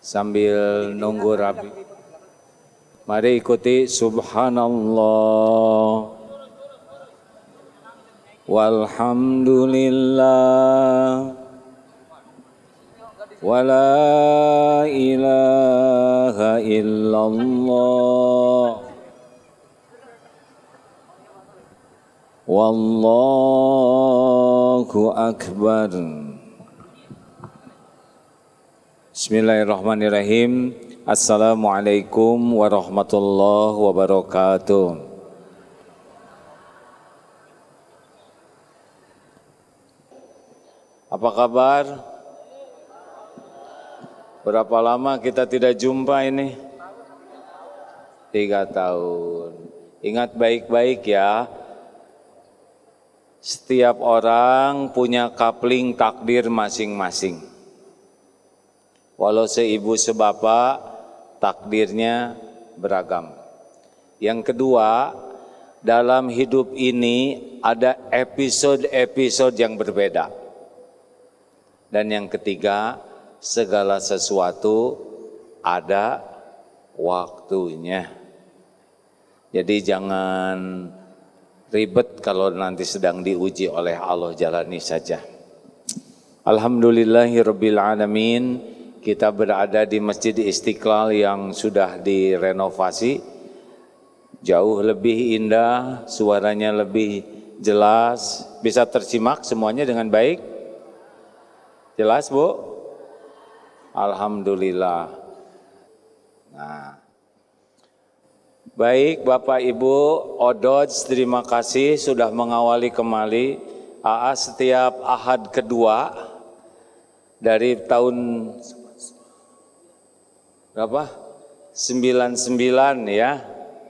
sambil nunggu Rabi. Mari ikuti subhanallah walhamdulillah wala ilaha illallah wallahu akbar. Bismillahirrahmanirrahim. Assalamualaikum warahmatullahi wabarakatuh. Apa kabar? Berapa lama kita tidak jumpa ini? 3 tahun. Ingat baik-baik ya. Setiap orang punya kapling takdir masing-masing. Walau seibu sebapak, takdirnya beragam. Yang kedua, dalam hidup ini ada episode-episode yang berbeda. Dan yang ketiga, segala sesuatu ada waktunya. Jadi jangan ribet kalau nanti sedang diuji oleh Allah, jalani saja. Alhamdulillahirabbil alamin. Kita berada di Masjid Istiqlal yang sudah direnovasi, jauh lebih indah, suaranya lebih jelas, bisa tersimak semuanya dengan baik. Jelas Bu? Alhamdulillah. Nah, baik Bapak Ibu, Odoj terima kasih sudah mengawali kembali AA setiap Ahad kedua dari tahun berapa? 99 ya.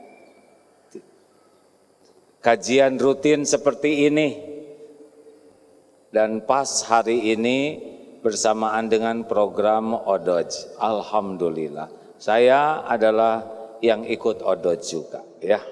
Kajian rutin seperti ini. Dan pas hari ini bersamaan dengan program Odoj. Alhamdulillah. Saya adalah yang ikut Odoj juga ya.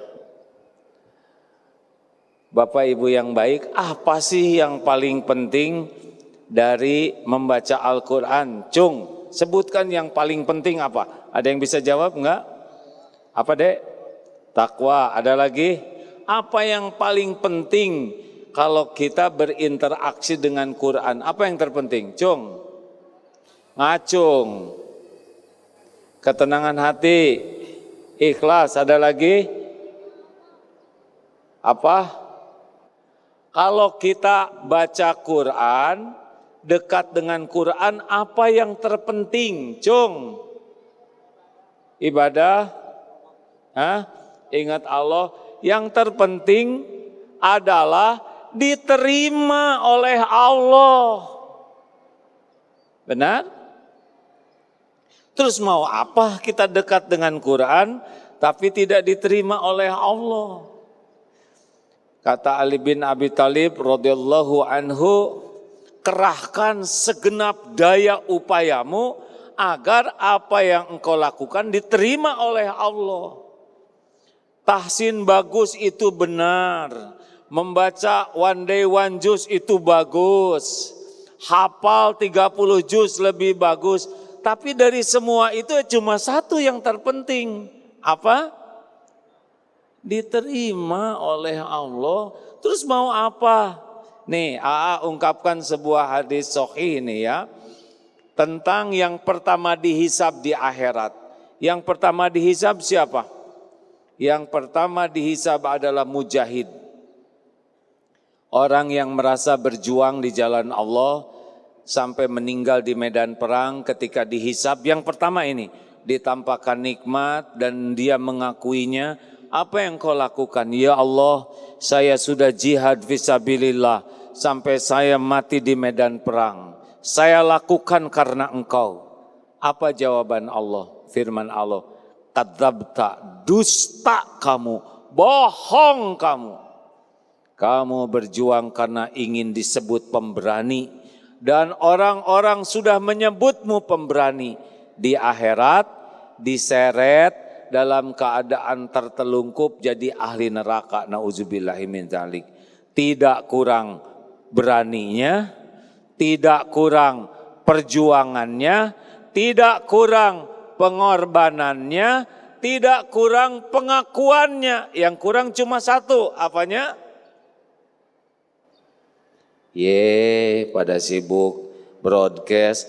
Bapak Ibu yang baik, apa sih yang paling penting dari membaca Al-Quran? Cung, sebutkan yang paling penting apa? Ada yang bisa jawab enggak? Apa dek? Takwa. Ada lagi? Apa yang paling penting kalau kita berinteraksi dengan Quran? Apa yang terpenting? Cung. Ngacung. Ketenangan hati. Ikhlas. Ada lagi? Apa? Kalau kita baca Quran, dekat dengan Quran, apa yang terpenting? Cung. Ibadah. Ingat Allah. Yang terpenting adalah diterima oleh Allah. Benar? Terus mau apa kita dekat dengan Quran tapi tidak diterima oleh Allah? Kata Ali bin Abi Thalib radhiyallahu anhu, kerahkan segenap daya upayamu agar apa yang engkau lakukan diterima oleh Allah. Tahsin bagus itu benar, membaca one day one juz itu bagus, hafal 30 juz lebih bagus, tapi dari semua itu cuma satu yang terpenting. Apa? Diterima oleh Allah. Terus mau apa? Nih, AA ungkapkan sebuah hadis sahih ini ya, tentang yang pertama dihisab di akhirat. Yang pertama dihisab siapa? Yang pertama dihisab adalah mujahid. Orang yang merasa berjuang di jalan Allah sampai meninggal di medan perang, ketika dihisab yang pertama ini ditampakkan nikmat dan dia mengakuinya. Apa yang kau lakukan? Ya Allah, saya sudah jihad fisabilillah sampai saya mati di medan perang. Saya lakukan karena engkau. Apa jawaban Allah? Firman Allah, kadzabta, dusta kamu, bohong kamu. Kamu berjuang karena ingin disebut pemberani dan orang-orang sudah menyebutmu pemberani. Di akhirat diseret dalam keadaan tertelungkup jadi ahli neraka. Nauzubillahi min dzalik. Tidak kurang beraninya, tidak kurang perjuangannya, tidak kurang pengorbanannya, tidak kurang pengakuannya. Yang kurang cuma satu, apanya? Pada sibuk broadcast.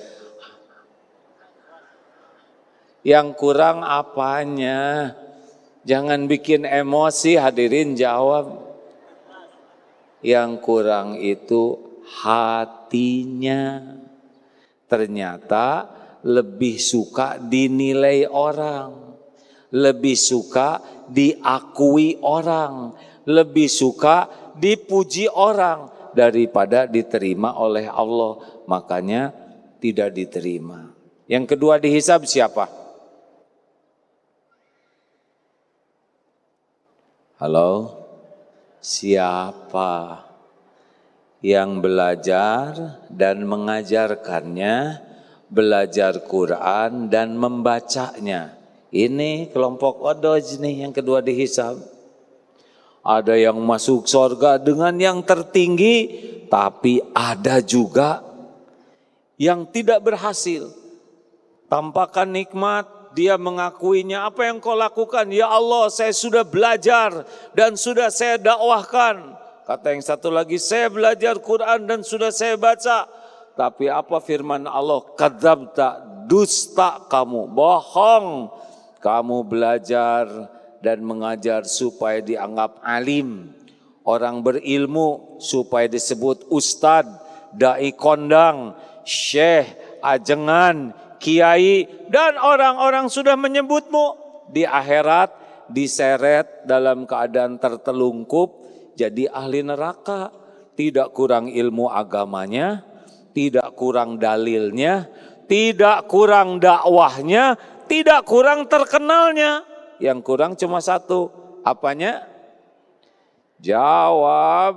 Yang kurang apanya? Jangan bikin emosi, hadirin jawab. Yang kurang itu hatinya. Ternyata lebih suka dinilai orang, lebih suka diakui orang, lebih suka dipuji orang daripada diterima oleh Allah. Makanya tidak diterima. Yang kedua dihisab siapa? Halo? Siapa yang belajar dan mengajarkannya, belajar Quran dan membacanya. Ini kelompok odoj nih yang kedua dihisab. Ada yang masuk surga dengan yang tertinggi, tapi ada juga yang tidak berhasil. Tampakan nikmat, dia mengakuinya, apa yang kau lakukan? Ya Allah, saya sudah belajar dan sudah saya dakwahkan. Kata yang satu lagi, saya belajar Quran dan sudah saya baca. Tapi apa firman Allah? Kadzabta, dusta kamu, bohong. Kamu belajar dan mengajar supaya dianggap alim. Orang berilmu supaya disebut ustad, dai kondang, syekh, ajengan, kiai, dan orang-orang sudah menyebutmu. Di akhirat diseret dalam keadaan tertelungkup jadi ahli neraka. Tidak kurang ilmu agamanya, tidak kurang dalilnya, tidak kurang dakwahnya, tidak kurang terkenalnya. Yang kurang cuma satu, apanya? Jawab.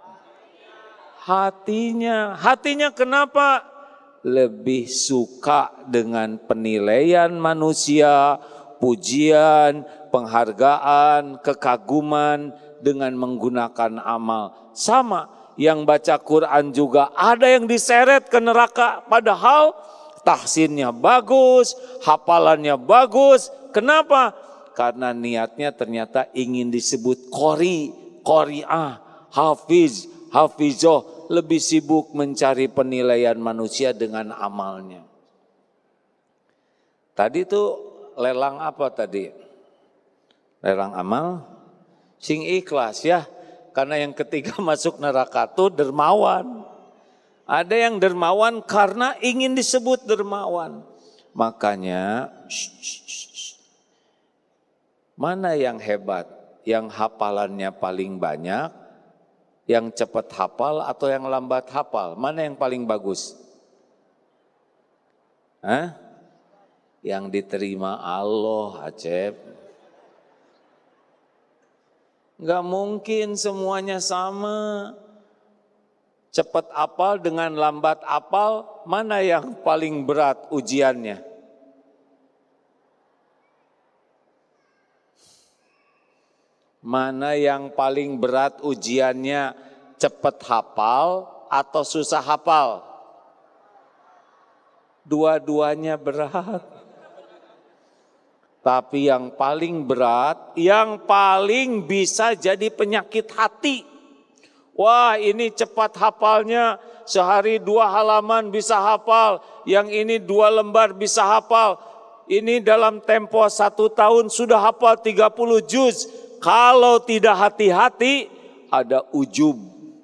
Hatinya. Hatinya kenapa? Lebih suka dengan penilaian manusia, pujian, penghargaan, kekaguman dengan menggunakan amal. Sama, yang baca Quran juga ada yang diseret ke neraka, padahal tahsinnya bagus, hafalannya bagus. Kenapa? Karena niatnya ternyata ingin disebut qori, qori'ah, hafiz, hafizoh. Lebih sibuk mencari penilaian manusia dengan amalnya. Tadi tuh lelang apa tadi? Lelang amal, sing ikhlas ya. Karena yang ketiga masuk neraka tuh dermawan. Ada yang dermawan karena ingin disebut dermawan. Makanya, mana yang hebat? Yang hafalannya paling banyak, yang cepat hafal atau yang lambat hafal? Mana yang paling bagus? Hah? Yang diterima Allah, Acep. Enggak mungkin semuanya sama. Cepat hafal dengan lambat hafal, mana yang paling berat ujiannya? Mana yang paling berat ujiannya, cepat hafal atau susah hafal? Dua-duanya berat. Tapi yang paling berat, yang paling bisa jadi penyakit hati. Wah, ini cepat hafalnya, sehari 2 halaman bisa hafal. Yang ini 2 lembar bisa hafal. Ini dalam tempo 1 tahun sudah hafal 30 juz. Kalau tidak hati-hati, ada ujub,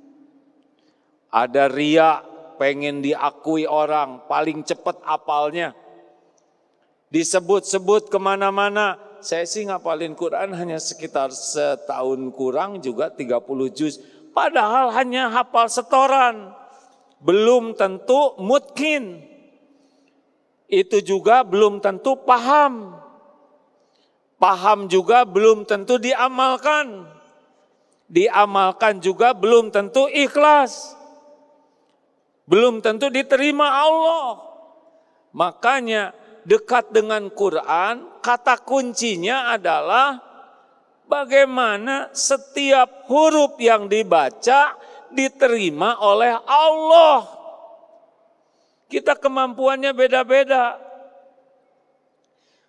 ada riya, pengen diakui orang, paling cepat hafalnya. Disebut-sebut kemana-mana. Saya sih ngapalin Quran hanya sekitar setahun kurang juga 30 juz. Padahal hanya hafal setoran. Belum tentu mutkin. Itu juga belum tentu paham. Paham juga belum tentu diamalkan. Diamalkan juga belum tentu ikhlas. Belum tentu diterima Allah. Makanya dekat dengan Quran, kata kuncinya adalah bagaimana setiap huruf yang dibaca diterima oleh Allah. Kita kemampuannya beda-beda.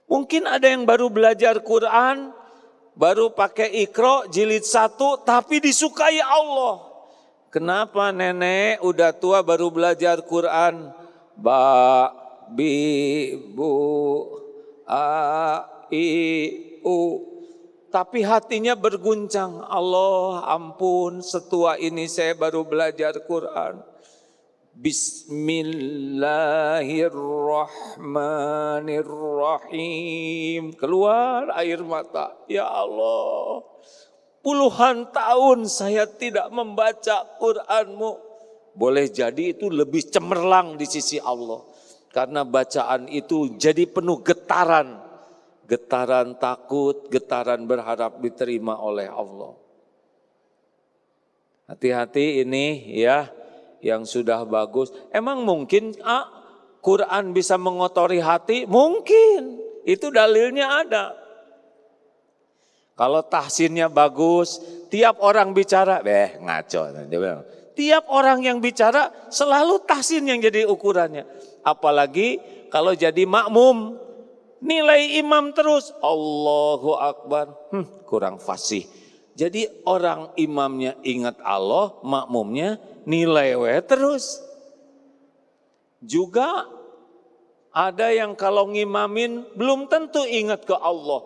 Mungkin ada yang baru belajar Quran, baru pakai Iqra jilid 1, tapi disukai Allah. Kenapa nenek udah tua baru belajar Quran? Ba, bi, bu, a, i, u. Tapi hatinya berguncang. Allah ampun, setua ini saya baru belajar Quran. Bismillahirrahmanirrahim. Keluar air mata. Ya Allah, puluhan tahun saya tidak membaca Quran-Mu. Boleh jadi itu lebih cemerlang di sisi Allah. Karena bacaan itu jadi penuh getaran. Getaran takut, getaran berharap diterima oleh Allah. Hati-hati ini ya, yang sudah bagus. Emang mungkin Quran bisa mengotori hati? Mungkin, itu dalilnya ada. Kalau tahsinnya bagus, tiap orang bicara, ngaco. Dia bilang, tiap orang yang bicara selalu tahsin yang jadi ukurannya. Apalagi kalau jadi makmum, nilai imam terus, Allahu Akbar, kurang fasih. Jadi orang imamnya ingat Allah, makmumnya nilai terus. Juga ada yang kalau ngimamin belum tentu ingat ke Allah.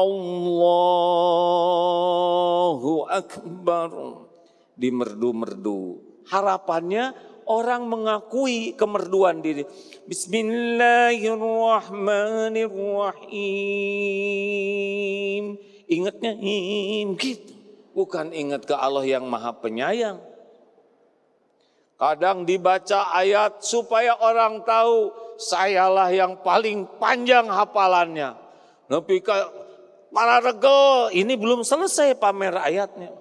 Allahu Akbar, dimerdu-merdu. Harapannya orang mengakui kemerduan diri. Bismillahirrahmanirrahim. Ingatnya gitu. Bukan ingat ke Allah yang Maha Penyayang. Kadang dibaca ayat supaya orang tahu sayalah yang paling panjang hafalannya. Tapi para regel ini belum selesai pamer ayatnya.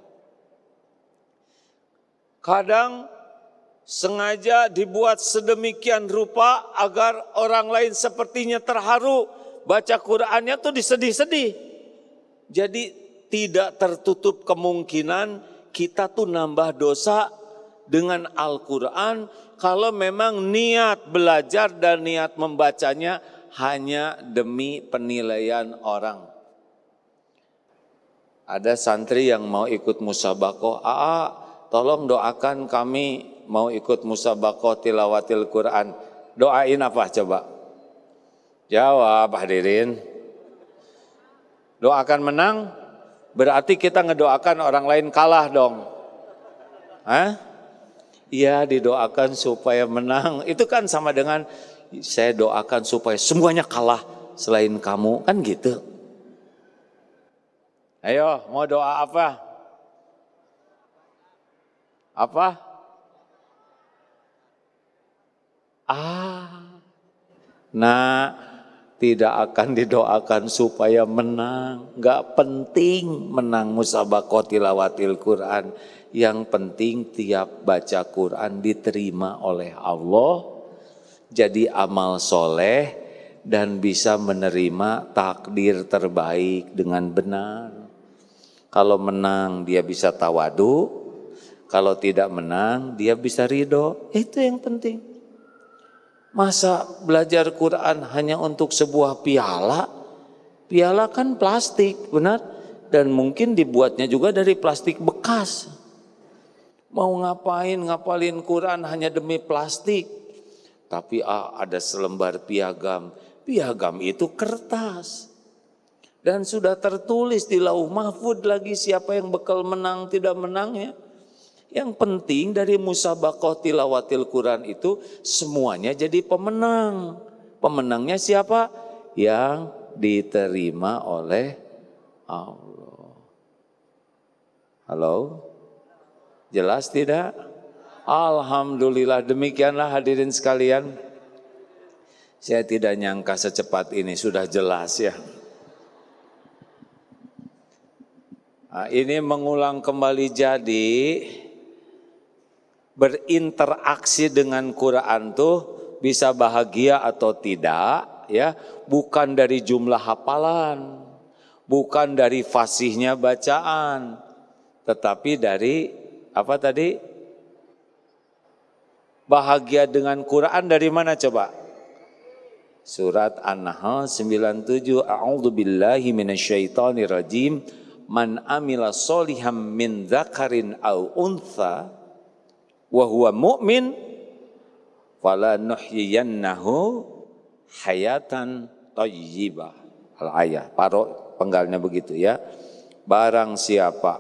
Kadang sengaja dibuat sedemikian rupa agar orang lain sepertinya terharu. Baca Qur'annya tuh disedih-sedih. Jadi tidak tertutup kemungkinan kita tuh nambah dosa dengan Al-Quran kalau memang niat belajar dan niat membacanya hanya demi penilaian orang. Ada santri yang mau ikut musabaqah, tolong doakan kami mau ikut musabaqah tilawatil Quran. Doain apa coba? Jawab hadirin. Doakan menang? Berarti kita ngedoakan orang lain kalah dong. Iya, didoakan supaya menang. Itu kan sama dengan saya doakan supaya semuanya kalah selain kamu, kan gitu. Ayo, mau doa apa? Apa? Tidak akan didoakan supaya menang. Gak penting menang musabaqah tilawatil Quran. Yang penting tiap baca Quran diterima oleh Allah. Jadi amal soleh dan bisa menerima takdir terbaik dengan benar. Kalau menang dia bisa tawadu. Kalau tidak menang dia bisa ridho. Itu yang penting. Masa belajar Quran hanya untuk sebuah piala? Piala kan plastik, benar? Dan mungkin dibuatnya juga dari plastik bekas. Mau ngapain ngapalin Quran hanya demi plastik? Tapi ada selembar piagam. Piagam itu kertas. Dan sudah tertulis di Lauh Mahfud lagi siapa yang bakal menang tidak menangnya. Yang penting dari musabaqah tilawatil Quran itu semuanya jadi pemenang. Pemenangnya siapa? Yang diterima oleh Allah. Halo? Jelas tidak? Alhamdulillah, demikianlah hadirin sekalian. Saya tidak nyangka secepat ini sudah jelas ya. Ini mengulang kembali jadi berinteraksi dengan Quran tuh bisa bahagia atau tidak ya, bukan dari jumlah hafalan, bukan dari fasihnya bacaan, tetapi dari apa tadi? Bahagia dengan Quran dari mana coba? Surat An-Nahl 97, A'udzu billahi minasyaitonir rajim. Man amila sholihan min dzakarin aw untha wa huwa mu'min fala nuhyiyannahu hayatan thayyibah. Al-ayah, penggalnya begitu ya. Barang siapa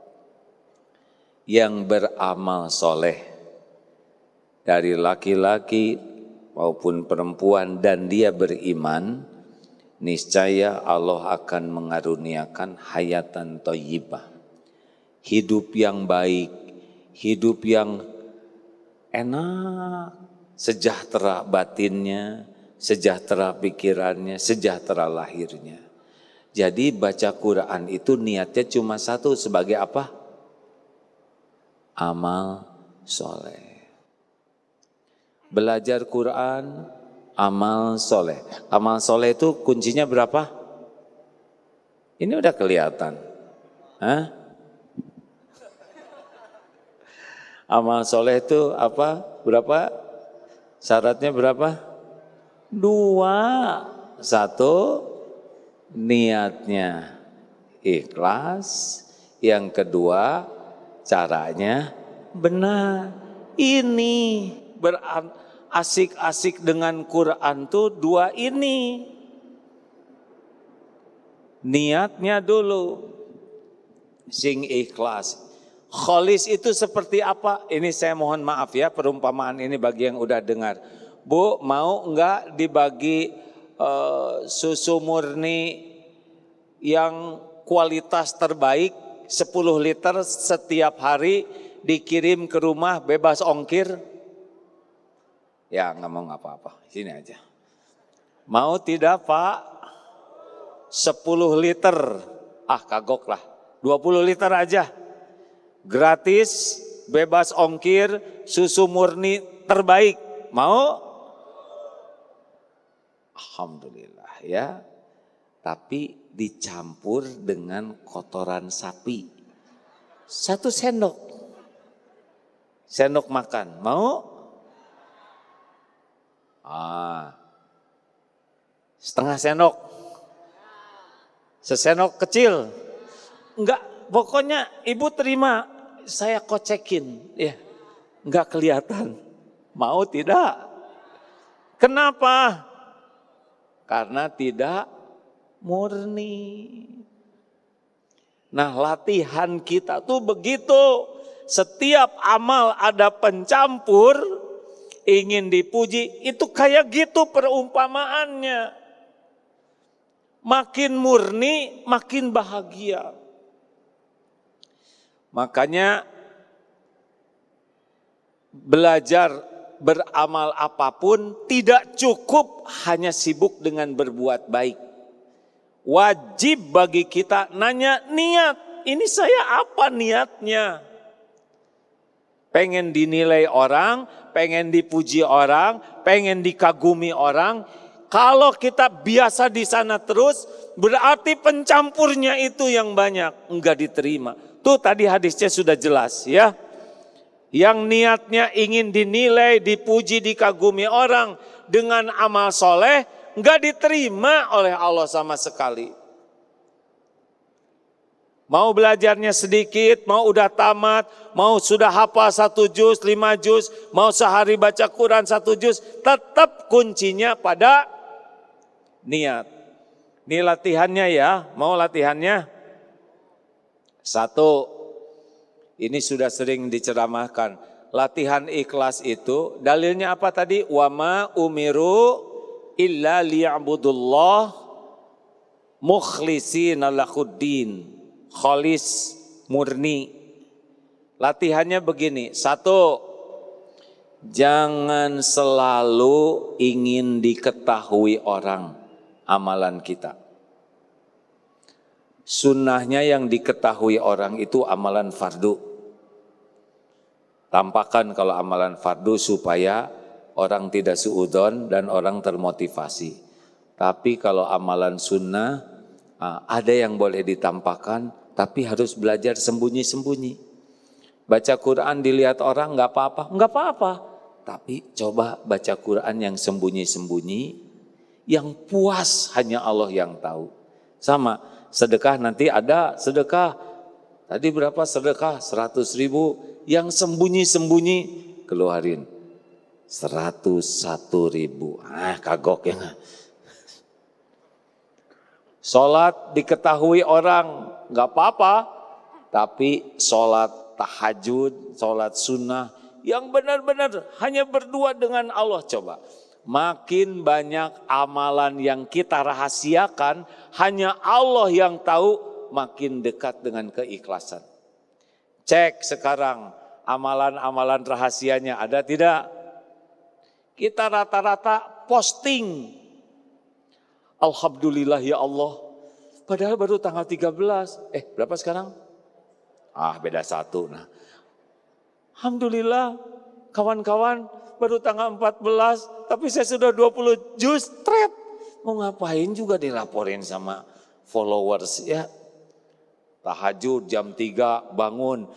yang beramal soleh dari laki-laki maupun perempuan dan dia beriman, niscaya Allah akan mengaruniakan hayatan thayyibah. Hidup yang baik, hidup yang enak, sejahtera batinnya, sejahtera pikirannya, sejahtera lahirnya. Jadi baca Quran itu niatnya cuma satu, sebagai apa? Amal soleh. Belajar Quran, amal soleh. Amal soleh itu kuncinya berapa? Ini udah kelihatan. Hah? Amal soleh itu apa? Berapa? Syaratnya berapa? 2. 1, niatnya ikhlas. Yang kedua, caranya benar. Ini asik-asik dengan Quran tuh 2 ini. Niatnya dulu, sing ikhlas. Kholis itu seperti apa? Ini saya mohon maaf ya, perumpamaan ini bagi yang udah dengar. Bu, mau enggak dibagi susu murni yang kualitas terbaik 10 liter setiap hari dikirim ke rumah bebas ongkir? Ya nggak mau apa-apa, sini aja. Mau tidak Pak? 10 liter, kagok lah, 20 liter aja. Gratis, bebas ongkir, susu murni terbaik. Mau? Alhamdulillah ya. Tapi dicampur dengan kotoran sapi. 1 sendok. Sendok makan. Mau? Setengah sendok. Sesendok kecil. Enggak, pokoknya ibu terima. Saya kocekin, ya, enggak kelihatan. Mau tidak? Kenapa? Karena tidak murni. Nah, latihan kita tuh begitu. Setiap amal ada pencampur, ingin dipuji, itu kayak gitu perumpamaannya. Makin murni, makin bahagia. Makanya belajar beramal apapun tidak cukup hanya sibuk dengan berbuat baik. Wajib bagi kita nanya niat. Ini saya apa niatnya? Pengen dinilai orang, pengen dipuji orang, pengen dikagumi orang. Kalau kita biasa di sana terus, berarti pencampurnya itu yang banyak, enggak diterima. Tuh tadi hadisnya sudah jelas ya. Yang niatnya ingin dinilai, dipuji, dikagumi orang dengan amal soleh, enggak diterima oleh Allah sama sekali. Mau belajarnya sedikit, mau udah tamat, mau sudah hafal 1 juz, 5 juz, mau sehari baca Quran 1 juz, tetap kuncinya pada niat. Ini latihannya ya, mau latihannya? 1, ini sudah sering diceramahkan. Latihan ikhlas itu dalilnya apa tadi? Wa ma umiru illa liya'budullah mukhlishina lahuddin. Kholis, murni. Latihannya begini. 1, jangan selalu ingin diketahui orang amalan kita. Sunnahnya yang diketahui orang itu amalan fardu. Tampakkan kalau amalan fardu supaya orang tidak suudzon dan orang termotivasi. Tapi kalau amalan sunnah ada yang boleh ditampakkan, tapi harus belajar sembunyi-sembunyi. Baca Quran dilihat orang nggak apa-apa, nggak apa-apa. Tapi coba baca Quran yang sembunyi-sembunyi, yang puas hanya Allah yang tahu. Sama, sedekah nanti ada sedekah. Tadi berapa sedekah? 100.000. Yang sembunyi-sembunyi keluarin 101.000. Kagok ya. Sholat diketahui orang nggak apa-apa, tapi sholat tahajud, sholat sunnah yang benar-benar hanya berdua dengan Allah. Coba, makin banyak amalan yang kita rahasiakan, hanya Allah yang tahu, makin dekat dengan keikhlasan. Cek sekarang amalan-amalan rahasianya ada tidak? Kita rata-rata posting. Alhamdulillah ya Allah. Padahal baru tanggal 13. Berapa sekarang? Beda 1. Nah, alhamdulillah kawan-kawan baru tanggal 14. Tapi saya sudah 20 juz thread. Mau ngapain juga dilaporin sama followers ya. Tahajud jam 3 bangun.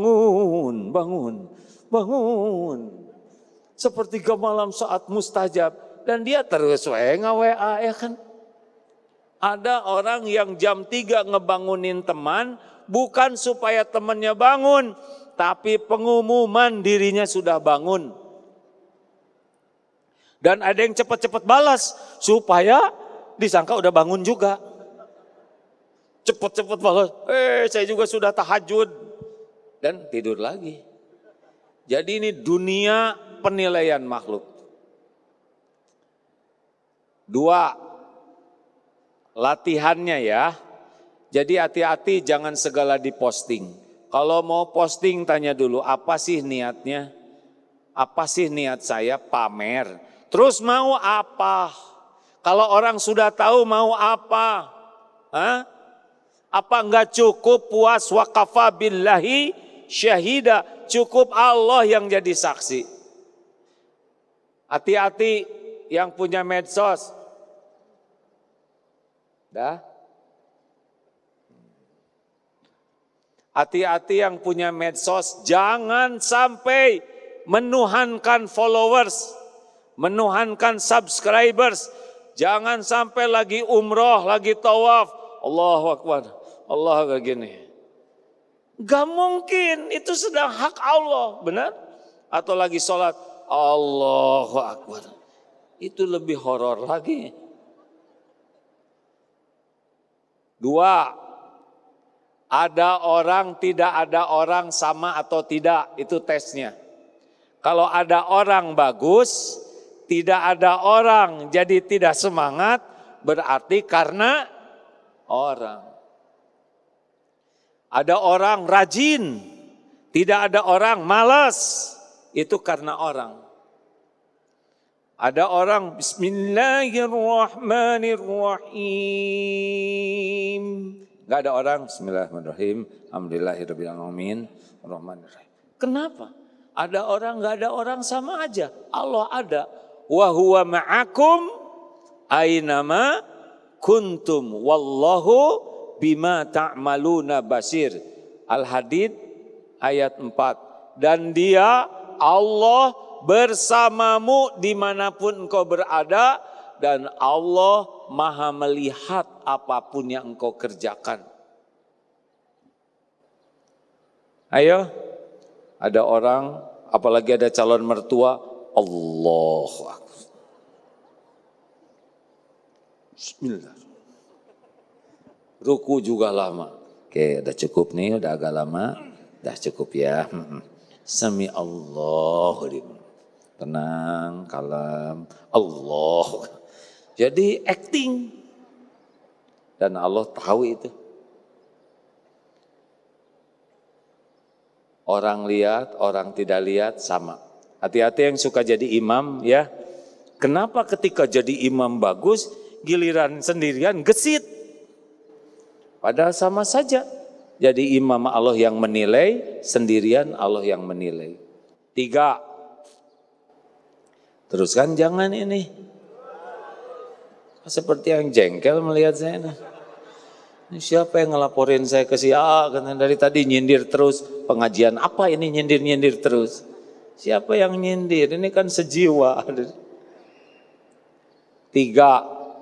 Sepertiga malam saat mustajab. Dan dia terus nge-WA ya kan. Ada orang yang jam 3 ngebangunin teman, bukan supaya temannya bangun, tapi pengumuman dirinya sudah bangun. Dan ada yang cepat-cepat balas, supaya disangka udah bangun juga. Cepat-cepat balas, saya juga sudah tahajud. Dan tidur lagi. Jadi ini dunia penilaian makhluk. 2, latihannya ya. Jadi hati-hati jangan segala diposting. Kalau mau posting tanya dulu apa sih niatnya? Apa sih niat saya pamer? Terus mau apa? Kalau orang sudah tahu mau apa? Apa enggak cukup puas waqafa billahi syahida? Cukup Allah yang jadi saksi. Hati-hati yang punya medsos. Hati-hati yang punya medsos, jangan sampai menuhankan followers, menuhankan subscribers. Jangan sampai lagi umroh, lagi tawaf, Allahu Akbar, Allah begini. Gak mungkin, itu sedang hak Allah, benar? Atau lagi sholat, Allahu Akbar, itu lebih horor lagi. 2, ada orang, tidak ada orang, sama atau tidak, itu tesnya. Kalau ada orang bagus, tidak ada orang, jadi tidak semangat, berarti karena orang. Ada orang rajin, tidak ada orang malas, itu karena orang. Ada orang Bismillahirrahmanirrahim. Gak ada orang Bismillahirrahmanirrahim. Alhamdulillahirabbil alamin. Arrahmanirrahim. Kenapa? Ada orang, gak ada orang, sama aja. Allah ada. Wa huwa ma'akum aynama kuntum wallahu bima ta'maluna basir. Al-Hadid ayat 4. Dan dia Allah bersamamu dimanapun engkau berada, dan Allah maha melihat apapun yang engkau kerjakan. Ayo, ada orang, apalagi ada calon mertua, Allahu Akbar. Bismillah. Ruku juga lama. Oke, udah cukup nih, udah agak lama. Udah cukup ya. Sami Allahu liman. Tenang, kalem, Allah. Jadi acting. Dan Allah tahu itu. Orang lihat, orang tidak lihat sama. Hati-hati yang suka jadi imam ya. Kenapa ketika jadi imam bagus, giliran sendirian gesit? Padahal sama saja. Jadi imam Allah yang menilai, sendirian Allah yang menilai. 3. Teruskan jangan ini. Seperti yang jengkel melihat saya. Ini siapa yang ngelaporin saya ke si A? Karena dari tadi nyindir terus. Pengajian apa ini nyindir-nyindir terus? Siapa yang nyindir? Ini kan sejiwa. 3.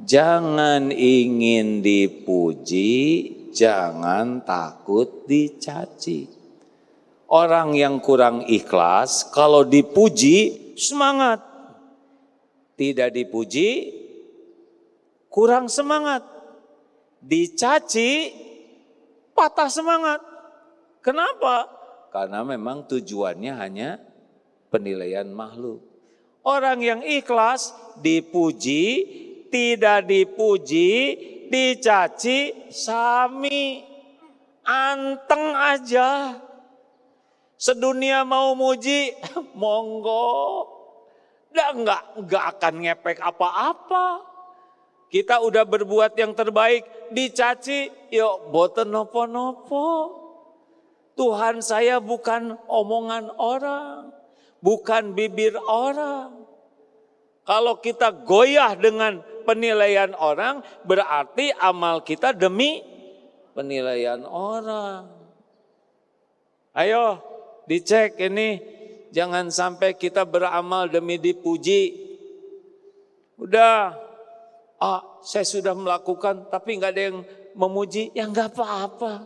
Jangan ingin dipuji, jangan takut dicaci. Orang yang kurang ikhlas, kalau dipuji semangat. Tidak dipuji, kurang semangat. Dicaci, patah semangat. Kenapa? Karena memang tujuannya hanya penilaian makhluk. Orang yang ikhlas dipuji, tidak dipuji, dicaci, sami, anteng aja. Sedunia mau muji, monggo. Enggak akan ngepek apa-apa. Kita udah berbuat yang terbaik, dicaci, yuk boten nopo-nopo. Tuhan saya bukan omongan orang, bukan bibir orang. Kalau kita goyah dengan penilaian orang, berarti amal kita demi penilaian orang. Ayo dicek ini, jangan sampai kita beramal demi dipuji. Udah, saya sudah melakukan tapi nggak ada yang memuji, ya nggak apa-apa.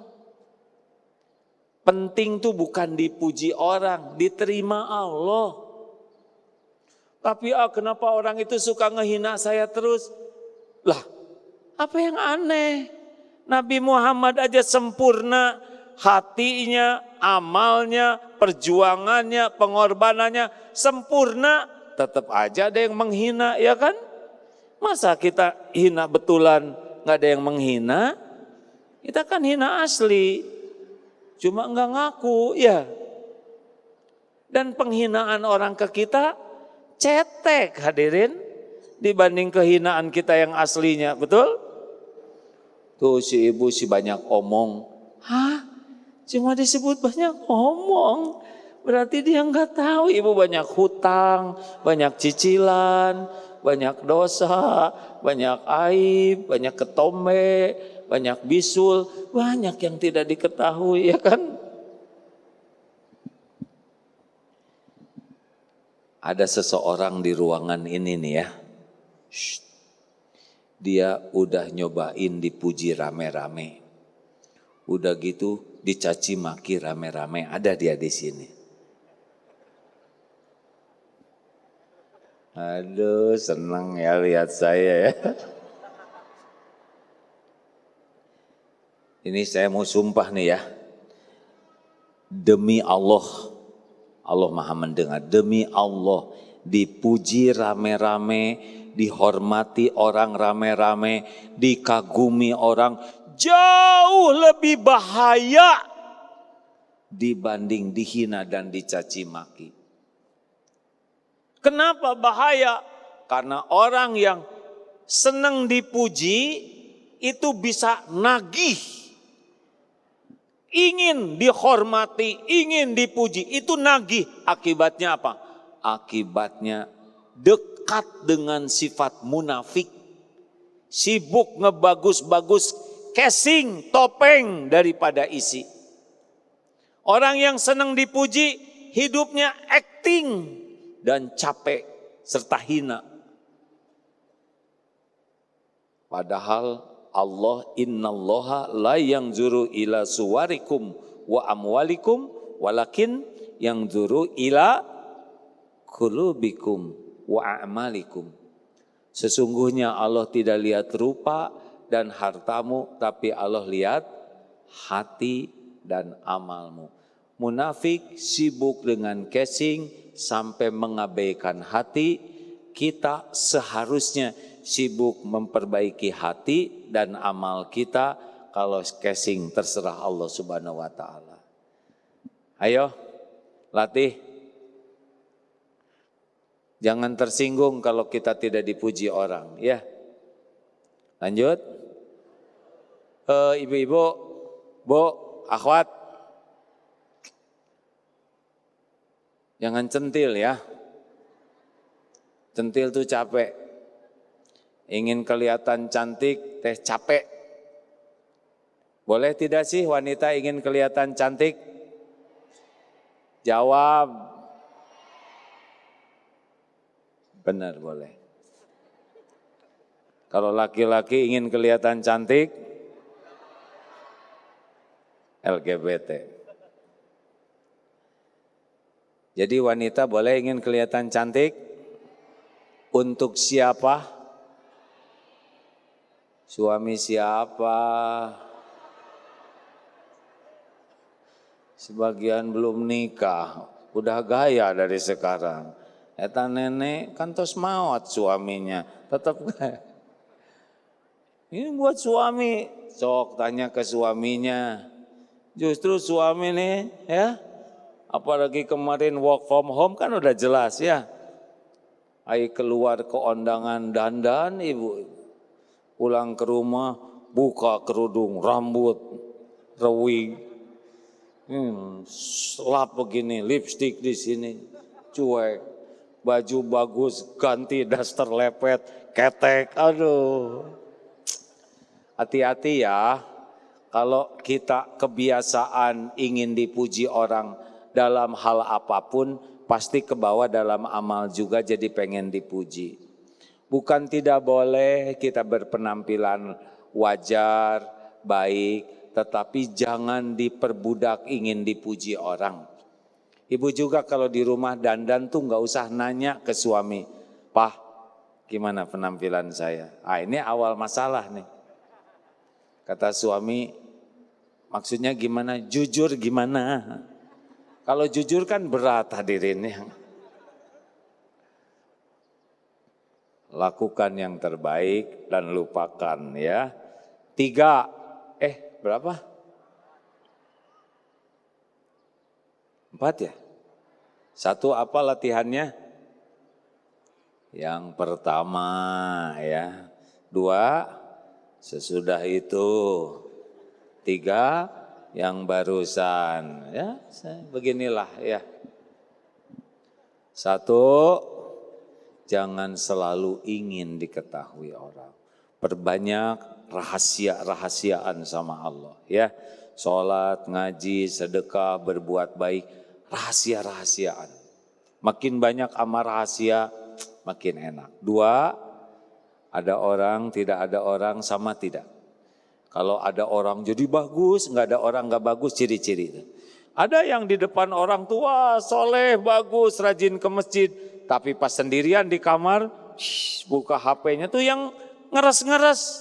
Penting tuh bukan dipuji orang, diterima Allah. Tapi kenapa orang itu suka ngehina saya terus? Lah, apa yang aneh? Nabi Muhammad aja sempurna, hatinya, amalnya, perjuangannya, pengorbanannya sempurna, tetap aja ada yang menghina, ya kan? Masa kita hina betulan nggak ada yang menghina? Kita kan hina asli, cuma nggak ngaku, ya. Dan penghinaan orang ke kita cetek, hadirin, dibanding kehinaan kita yang aslinya, betul? Tuh si ibu si banyak omong, cuma disebut banyak omong, berarti dia nggak tahu ibu banyak hutang, banyak cicilan, banyak dosa, banyak aib, banyak ketombe, banyak bisul, banyak yang tidak diketahui, ya kan? Ada seseorang di ruangan ini nih ya, dia udah nyobain dipuji rame-rame, udah gitu dicaci maki rame-rame, ada dia di sini. Aduh, senang ya lihat saya ya. Ini saya mau sumpah nih ya. Demi Allah, Allah Maha mendengar. Demi Allah, dipuji rame-rame, dihormati orang rame-rame, dikagumi orang, jauh lebih bahaya dibanding dihina dan dicaci maki. Kenapa bahaya? Karena orang yang senang dipuji itu bisa nagih. Ingin dihormati, ingin dipuji, itu nagih. Akibatnya apa? Akibatnya dekat dengan sifat munafik. Sibuk ngebagus-bagus casing, topeng daripada isi. Orang yang senang dipuji, hidupnya acting dan capek serta hina. Padahal Allah innallaha la yanzuru ila suwarikum wa amwalikum walakin yanzuru ila qulubikum wa a'malikum. Sesungguhnya Allah tidak lihat rupa dan hartamu, tapi Allah lihat hati dan amalmu. Munafik sibuk dengan casing sampai mengabaikan hati. Kita seharusnya sibuk memperbaiki hati dan amal kita. Kalau casing terserah Allah Subhanahu wa taala. Ayo latih. Jangan tersinggung kalau kita tidak dipuji orang, ya. Lanjut. Ibu-ibu, Bu, akhwat. Jangan centil ya. Centil tuh capek. Ingin kelihatan cantik, teh capek. Boleh tidak sih wanita ingin kelihatan cantik? Jawab. Benar, boleh. Kalau laki-laki ingin kelihatan cantik, LGBT. Jadi wanita boleh ingin kelihatan cantik, untuk siapa? Suami siapa? Sebagian belum nikah, udah gaya dari sekarang. Eta nenek kan tos maot suaminya, tetap gaya. Ini buat suami, sok tanya ke suaminya. Justru suami nih ya, apalagi kemarin work from home kan udah jelas ya. Ai keluar ke undangan dandan ibu, pulang ke rumah buka kerudung, rambut, rewing, selap begini, lipstik di sini, cuek, baju bagus, ganti daster lepet, ketek, aduh. Hati-hati ya, kalau kita kebiasaan ingin dipuji orang dalam hal apapun, pasti kebawa dalam amal juga jadi pengen dipuji. Bukan tidak boleh kita berpenampilan wajar, baik, tetapi jangan diperbudak ingin dipuji orang. Ibu juga kalau di rumah dandan tuh nggak usah nanya ke suami, "Pak, gimana penampilan saya?" Ah, ini awal masalah nih. Kata suami, maksudnya gimana? Jujur gimana? Kalau jujur kan berat hadirin ya. Lakukan yang terbaik dan lupakan ya. 3, berapa? 4 ya? 1 apa latihannya? Yang pertama ya. 2, sesudah itu. 3, yang barusan ya. Beginilah ya. 1, jangan selalu ingin diketahui orang. Perbanyak rahasia-rahasiaan sama Allah ya. Sholat, ngaji, sedekah, berbuat baik, rahasia-rahasiaan. Makin banyak amal rahasia, makin enak. 2, ada orang, tidak ada orang, sama tidak. Kalau ada orang jadi bagus, nggak ada orang nggak bagus, ciri-ciri itu. Ada yang di depan orang tua, soleh, bagus, rajin ke masjid. Tapi pas sendirian di kamar, buka HP-nya tuh yang ngeres-ngeres.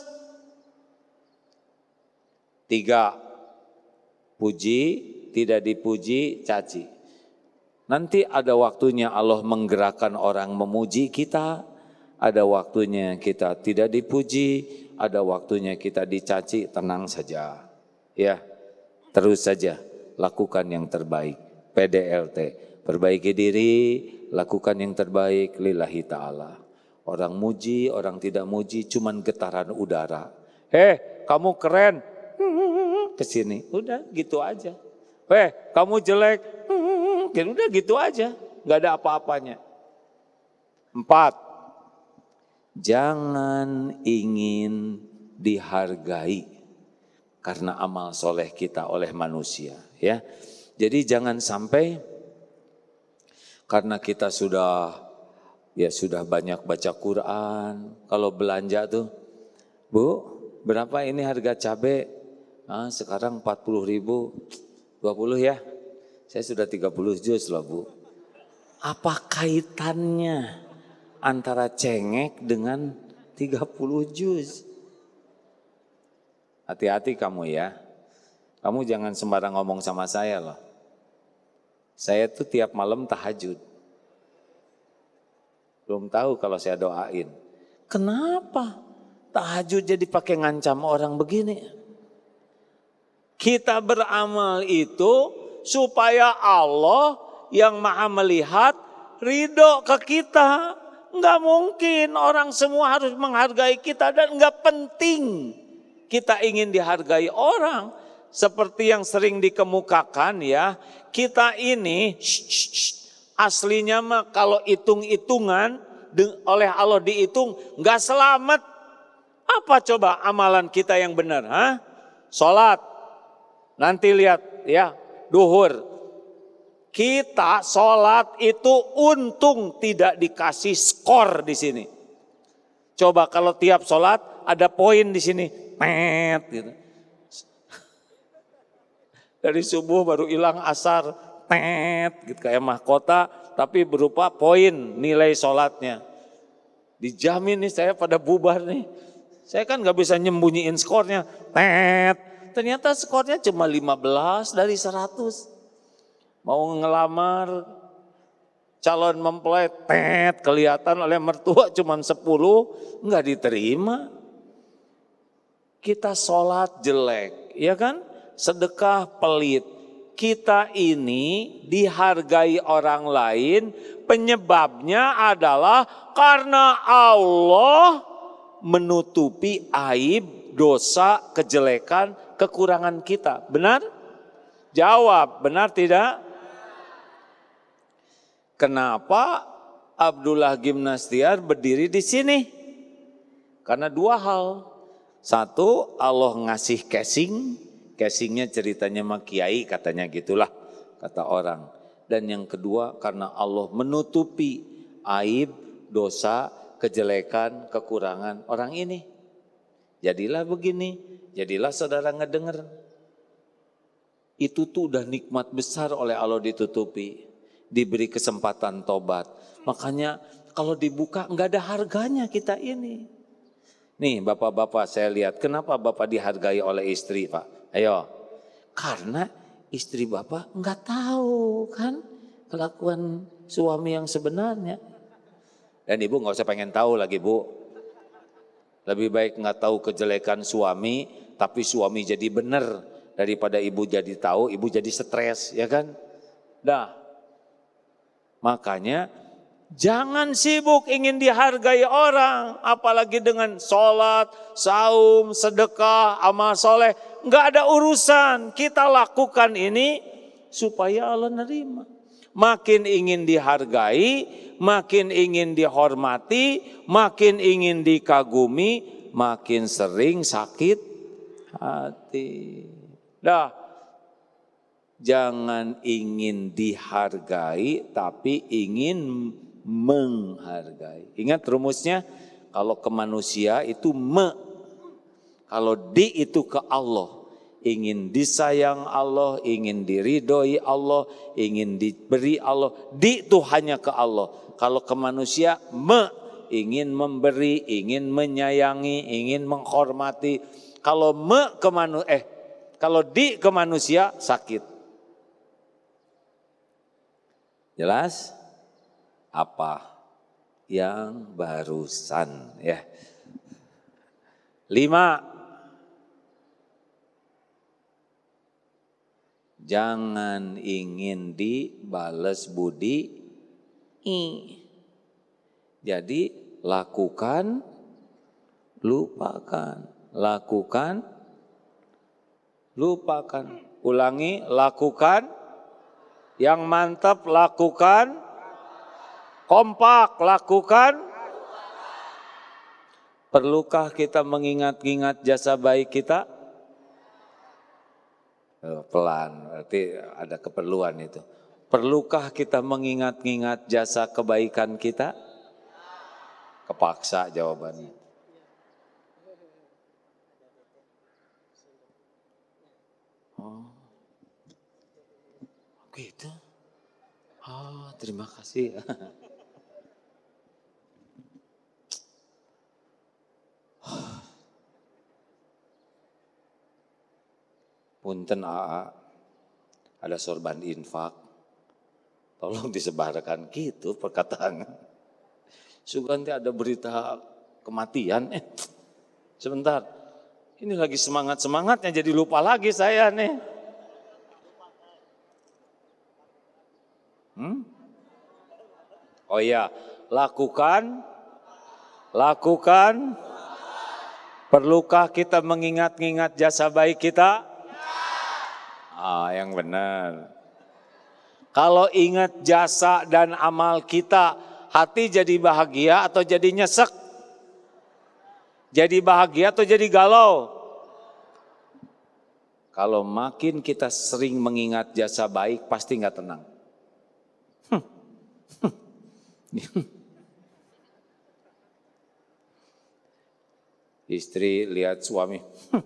3, puji, tidak dipuji, caci. Nanti ada waktunya Allah menggerakkan orang memuji kita. Ada waktunya kita tidak dipuji, ada waktunya kita dicaci, tenang saja. Ya, terus saja lakukan yang terbaik. PDLT, perbaiki diri, lakukan yang terbaik lillahi ta'ala. Orang muji, orang tidak muji, cuman getaran udara. Kamu keren, kesini, udah gitu aja. Kamu jelek, udah gitu aja, gak ada apa-apanya. 4, jangan ingin dihargai karena amal soleh kita oleh manusia ya. Jadi jangan sampai karena kita sudah banyak baca Quran, kalau belanja tuh, "Bu, berapa ini harga cabai?" Sekarang 40.000, 20 ya. Saya sudah 30 juz loh Bu. Apa kaitannya antara cengek dengan 30 juz? Hati-hati kamu ya. Kamu jangan sembarang ngomong sama saya loh. Saya tuh tiap malam tahajud. Belum tahu kalau saya doain. Kenapa tahajud jadi pakai ngancam orang begini? Kita beramal itu supaya Allah yang maha melihat ridho ke kita. Enggak mungkin orang semua harus menghargai kita dan enggak penting kita ingin dihargai orang. Seperti yang sering dikemukakan ya, kita ini aslinya mah kalau hitung-hitungan oleh Allah dihitung enggak selamat. Apa coba amalan kita yang benar? Sholat, nanti lihat ya, duhur. Kita sholat itu untung tidak dikasih skor di sini. Coba kalau tiap sholat ada poin di sini, met gitu. Dari subuh baru hilang asar, met gitu kayak mahkota, tapi berupa poin nilai sholatnya. Dijamin nih saya pada bubar nih. Saya kan nggak bisa nyembunyiin skornya, met. Ternyata skornya cuma 15 dari 100. Mau ngelamar calon mempelai, kelihatan oleh mertua cuma 10, nggak diterima. Kita sholat jelek, ya kan? Sedekah pelit. Kita ini dihargai orang lain, penyebabnya adalah karena Allah menutupi aib, dosa, kejelekan, kekurangan kita. Benar? Jawab, benar tidak? Kenapa Abdullah Gimnastiar berdiri di sini? Karena dua hal. Satu, Allah ngasih casingnya ceritanya sama kiai katanya gitulah kata orang. Dan yang kedua karena Allah menutupi aib, dosa, kejelekan, kekurangan orang ini. Jadilah begini, jadilah saudara ngedenger. Itu tuh udah nikmat besar oleh Allah ditutupi. Diberi kesempatan tobat. Makanya kalau dibuka nggak ada harganya kita ini. Nih bapak-bapak saya lihat, kenapa bapak dihargai oleh istri Pak? Ayo, karena istri bapak nggak tahu kan kelakuan suami yang sebenarnya. Dan ibu nggak usah pengen tahu lagi bu. Lebih baik nggak tahu kejelekan suami, tapi suami jadi benar daripada ibu jadi tahu, ibu jadi stres, ya kan? Dah, makanya jangan sibuk ingin dihargai orang, apalagi dengan sholat, saum, sedekah, amal soleh. Nggak ada urusan, kita lakukan ini supaya Allah nerima. Makin ingin dihargai, makin ingin dihormati, makin ingin dikagumi, makin sering sakit hati. Dah, jangan ingin dihargai tapi ingin menghargai. Ingat rumusnya, kalau ke manusia itu kalau di itu ke Allah. Ingin disayang Allah, ingin diridhoi Allah, ingin diberi Allah. Di itu hanya ke Allah. Kalau ke manusia, ingin memberi, ingin menyayangi, ingin menghormati. Kalau kalau di ke manusia sakit. Jelas? Apa yang barusan ya. 5. Jangan ingin dibales budi. Jadi lakukan, lupakan. Lakukan, lupakan. Ulangi, lakukan. Yang mantap lakukan. Kompak lakukan. Perlukah kita mengingat-ingat jasa baik kita? Pelan, berarti ada keperluan itu. Perlukah kita mengingat-ingat jasa kebaikan kita? Kepaksa jawabannya. Oh, gitu. Oh, terima kasih. Punten AA, ada sorban infak, tolong disebarkan gitu perkataan. Suganti ada berita kematian, sebentar, ini lagi semangatnya jadi lupa lagi saya nih. Oh iya, lakukan. Perlukah kita mengingat-ingat jasa baik kita? Yang benar. Kalau ingat jasa dan amal kita, hati jadi bahagia atau jadi nyesek? Jadi bahagia atau jadi galau? Kalau makin kita sering mengingat jasa baik, pasti nggak tenang. Istri lihat suami.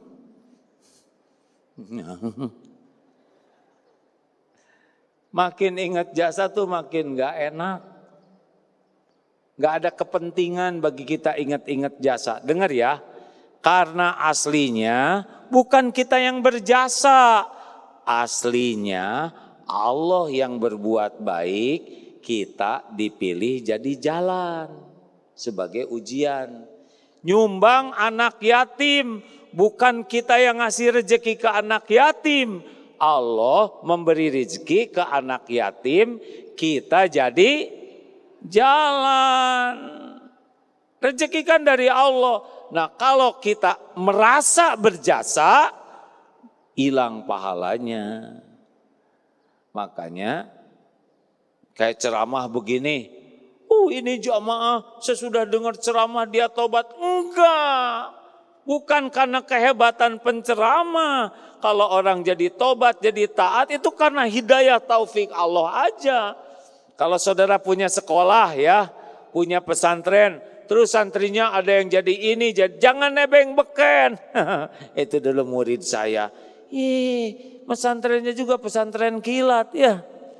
Makin ingat jasa tuh makin gak enak. Gak ada kepentingan bagi kita ingat-ingat jasa. Dengar ya, karena aslinya bukan kita yang berjasa. Aslinya Allah yang berbuat baik, kita dipilih jadi jalan sebagai ujian. Nyumbang anak yatim, bukan kita yang ngasih rezeki ke anak yatim. Allah memberi rezeki ke anak yatim, kita jadi jalan. Rezeki kan dari Allah. Nah, kalau kita merasa berjasa, hilang pahalanya. Makanya kayak ceramah begini, ini jamaah sesudah dengar ceramah dia tobat. Enggak, bukan karena kehebatan penceramah. Kalau orang jadi tobat, jadi taat itu karena hidayah taufik Allah aja. Kalau saudara punya sekolah ya, punya pesantren, terus santrinya ada yang jadi ini, jangan nebeng beken. Itu dulu murid saya. Pesantrennya juga pesantren kilat ya.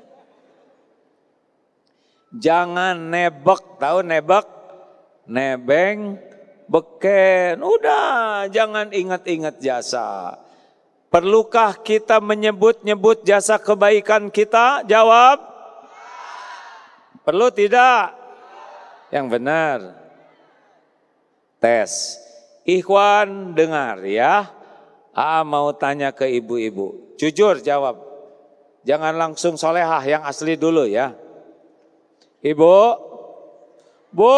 Jangan nebek, tahu nebek? Nebeng, beken. Udah, jangan ingat-ingat jasa. Perlukah kita menyebut-nyebut jasa kebaikan kita? Jawab. Perlu tidak? Yang benar. Tes. Ikhwan dengar ya. Mau tanya ke ibu-ibu. Jujur jawab. Jangan langsung solehah, yang asli dulu ya. Ibu, Bu,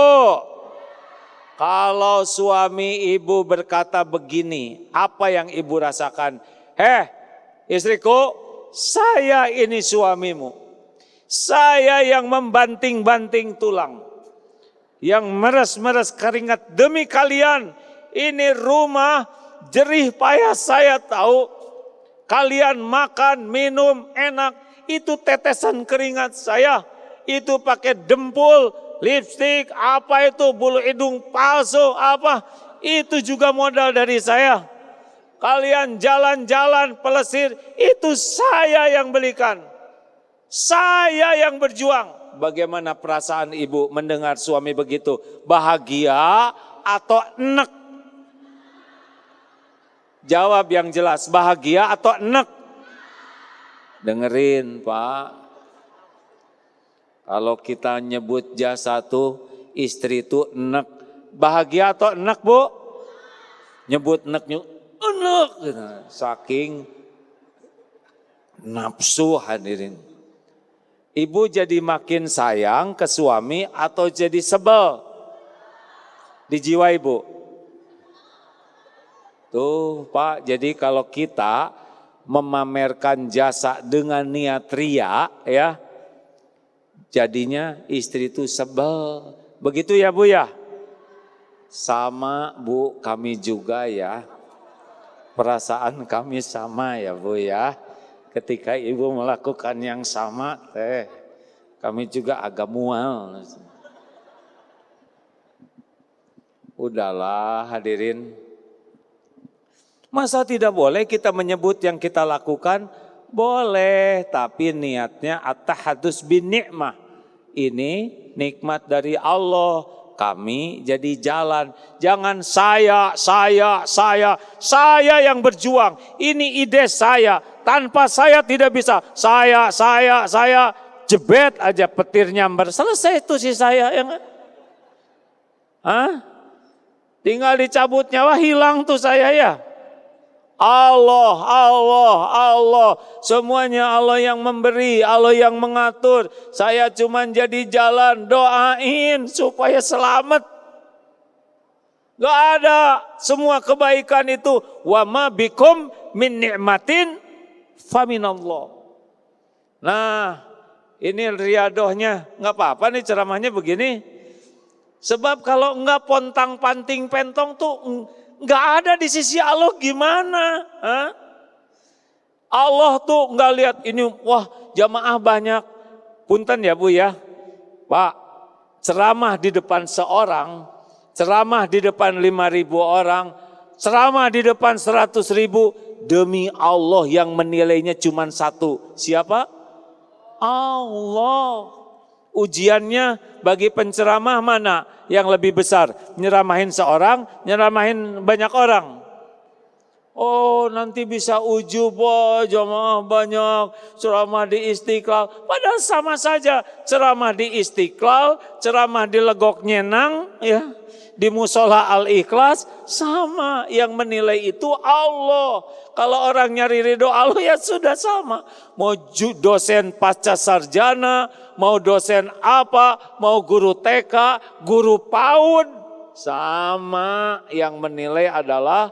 kalau suami ibu berkata begini, apa yang ibu rasakan? Istriku, saya ini suamimu. Saya yang membanting-banting tulang. Yang meres-meres keringat demi kalian. Ini rumah jerih payah saya tahu. Kalian makan, minum, enak. Itu tetesan keringat saya. Itu pakai dempul, lipstik, apa itu, bulu hidung palsu, apa. Itu juga modal dari saya. Kalian jalan-jalan pelesir, itu saya yang belikan. Saya yang berjuang. Bagaimana perasaan ibu mendengar suami begitu? Bahagia atau enek? Jawab yang jelas, bahagia atau enek? Dengerin Pak. Kalau kita nyebut jasa tuh, istri tuh enek. Bahagia atau enek Bu? Nyebut enek, enek. Saking nafsu hadirin. Ibu jadi makin sayang ke suami atau jadi sebel? Di jiwa ibu? Tuh Pak, jadi kalau kita memamerkan jasa dengan niat ria ya, jadinya istri itu sebel. Begitu ya Bu ya? Sama Bu, kami juga ya. Perasaan kami sama ya Bu ya. Ketika ibu melakukan yang sama, kami juga agak mual. Udahlah hadirin. Masa tidak boleh kita menyebut yang kita lakukan? Boleh, tapi niatnya at-tahadus bin ni'mah. Ini nikmat dari Allah, kami jadi jalan. Jangan saya yang berjuang. Ini ide saya, tanpa saya tidak bisa. Saya jebet aja petir nyamber. Selesai itu si saya. Tinggal dicabut nyawa, hilang tuh saya ya. Allah. Semuanya Allah yang memberi, Allah yang mengatur. Saya cuma jadi jalan, doain supaya selamat. Gak ada, semua kebaikan itu. Wa ma bikum min ni'matin faminallah. Nah, ini riadohnya. Gak apa-apa nih ceramahnya begini. Sebab kalau enggak pontang panting pentong tuh nggak ada di sisi Allah gimana? Allah tuh nggak lihat ini, wah jamaah banyak. Punten ya Bu ya, Pak, ceramah di depan seorang ceramah di depan 5.000 orang, ceramah di depan 100.000, demi Allah yang menilainya cuma satu. Siapa? Allah. Ujiannya bagi penceramah mana yang lebih besar? Nyeramahin seorang, nyeramahin banyak orang. Oh, nanti bisa ujub, jamaah banyak, ceramah di Istiqlal. Padahal sama saja, ceramah di Istiqlal, ceramah di Legok Nyenang, ya, di Musola Al-Ikhlas, sama. Yang menilai itu Allah. Kalau orang nyari ridho Allah ya sudah sama. Mau dosen pasca sarjana, mau dosen apa, mau guru TK, guru PAUD, sama. Yang menilai adalah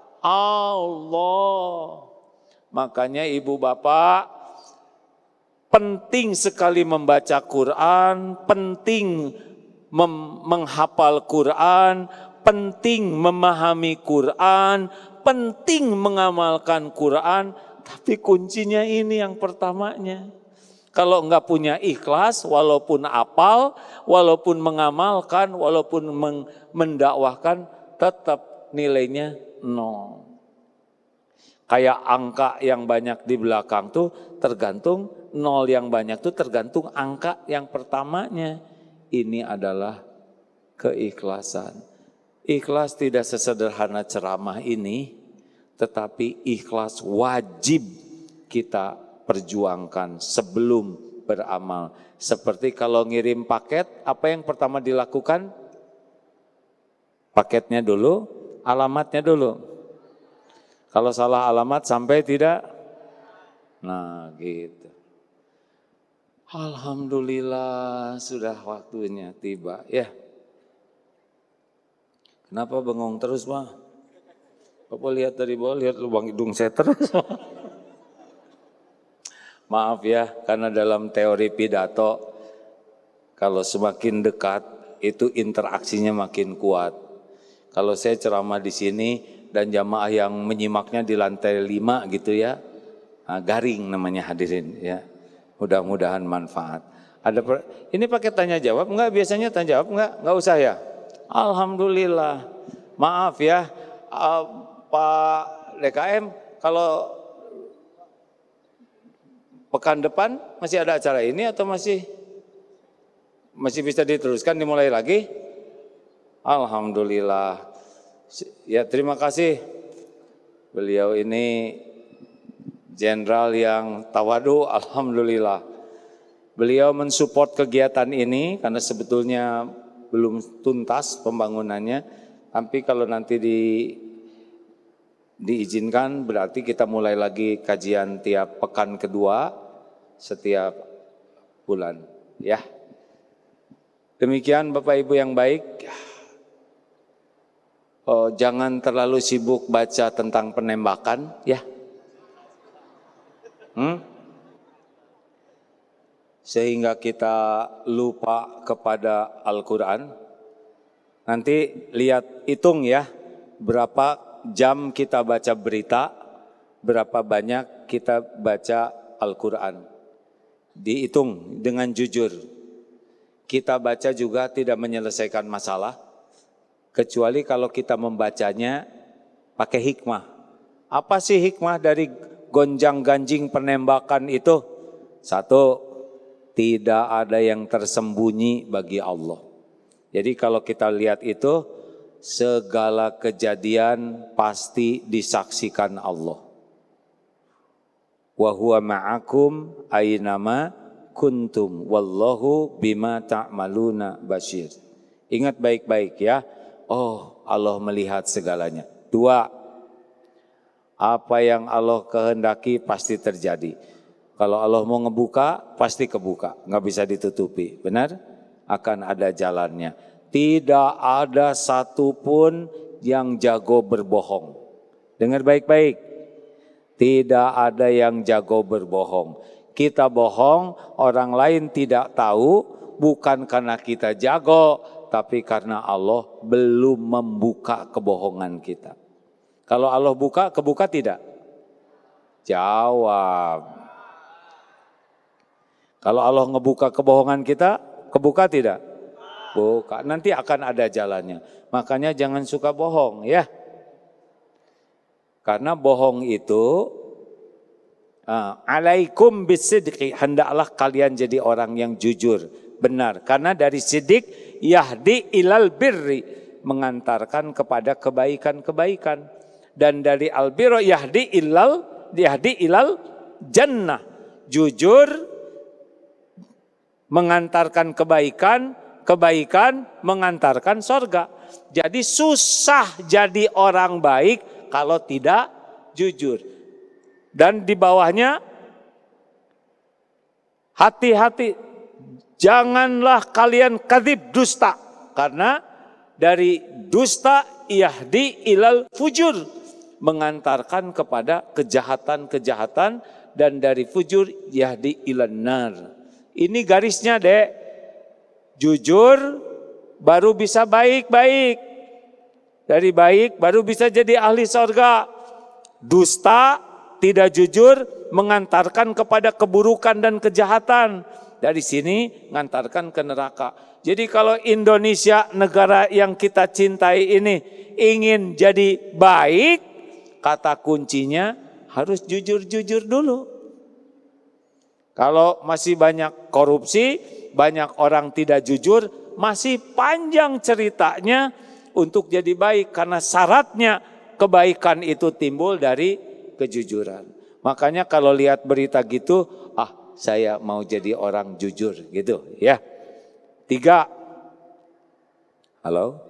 Allah. Makanya ibu bapak penting sekali membaca Quran, penting menghafal Quran, penting memahami Quran, penting mengamalkan Quran. Tapi kuncinya ini yang pertamanya. Kalau enggak punya ikhlas, walaupun apal, walaupun mengamalkan, walaupun mendakwahkan, tetap nilainya 0. Kayak angka yang banyak di belakang tuh tergantung, 0 yang banyak tuh tergantung angka yang pertamanya. Ini adalah keikhlasan. Ikhlas tidak sesederhana ceramah ini, tetapi ikhlas wajib kita perjuangkan sebelum beramal. Seperti kalau ngirim paket, apa yang pertama dilakukan? Paketnya dulu, alamatnya dulu. Kalau salah alamat sampai tidak? Nah gitu. Alhamdulillah sudah waktunya tiba ya. Kenapa bengong terus mah? Bapak lihat dari bawah, lihat lubang hidung saya terus. Maaf ya, karena dalam teori pidato, kalau semakin dekat itu interaksinya makin kuat. Kalau saya ceramah di sini dan jamaah yang menyimaknya di lantai 5 gitu ya, garing namanya hadirin ya. Mudah-mudahan manfaat. Ini pakai tanya jawab enggak? Biasanya tanya jawab enggak? Enggak usah ya? Alhamdulillah. Maaf ya Pak DKM, kalau pekan depan masih ada acara ini atau masih bisa diteruskan, dimulai lagi? Alhamdulillah. Ya terima kasih. Beliau ini jenderal yang tawadu, alhamdulillah. Beliau mensupport kegiatan ini karena sebetulnya belum tuntas pembangunannya. Tapi kalau nanti diizinkan berarti kita mulai lagi kajian tiap pekan kedua setiap bulan. Ya. Demikian Bapak Ibu yang baik. Jangan terlalu sibuk baca tentang penembakan ya. Sehingga kita lupa kepada Al-Quran. Nanti hitung ya, berapa jam kita baca berita, berapa banyak kita baca Al-Quran. Dihitung dengan jujur. Kita baca juga tidak menyelesaikan masalah, kecuali kalau kita membacanya pakai hikmah. Apa sih hikmah dari gonjang-ganjing penembakan itu? Satu, tidak ada yang tersembunyi bagi Allah. Jadi kalau kita lihat itu, segala kejadian pasti disaksikan Allah. Wa huwa ma'akum aynama kuntum wallahu bima ta'maluna basyir. Ingat baik-baik ya. Oh, Allah melihat segalanya. 2, apa yang Allah kehendaki pasti terjadi. Kalau Allah mau ngebuka, pasti kebuka. Nggak bisa ditutupi, benar? Akan ada jalannya. Tidak ada satupun yang jago berbohong. Dengar baik-baik. Tidak ada yang jago berbohong. Kita bohong, orang lain tidak tahu, bukan karena kita jago, tapi karena Allah belum membuka kebohongan kita. Kalau Allah buka, kebuka tidak? Jawab. Kalau Allah ngebuka kebohongan kita, kebuka tidak? Bukan, nanti akan ada jalannya. Makanya jangan suka bohong ya. Karena bohong itu alaikum bisidqi, hendaklah kalian jadi orang yang jujur, benar. Karena dari sidik yahdi ilal birri, mengantarkan kepada kebaikan-kebaikan. Dan dari albiro yahdi ilal jannah. Jujur mengantarkan kebaikan, kebaikan mengantarkan sorga. Jadi susah jadi orang baik kalau tidak jujur. Dan di bawahnya hati-hati, janganlah kalian kadzib, dusta. Karena dari dusta yahdi ilal fujur, mengantarkan kepada kejahatan-kejahatan, dan dari fujur yahdi ilan nar. Ini garisnya, Dek. Jujur baru bisa baik-baik. Dari baik baru bisa jadi ahli sorga. Dusta, tidak jujur, mengantarkan kepada keburukan dan kejahatan. Dari sini mengantarkan ke neraka. Jadi kalau Indonesia, negara yang kita cintai ini, ingin jadi baik, kata kuncinya harus jujur-jujur dulu. Kalau masih banyak korupsi, banyak orang tidak jujur, masih panjang ceritanya untuk jadi baik. Karena syaratnya kebaikan itu timbul dari kejujuran. Makanya kalau lihat berita gitu, saya mau jadi orang jujur gitu ya. 3. Halo?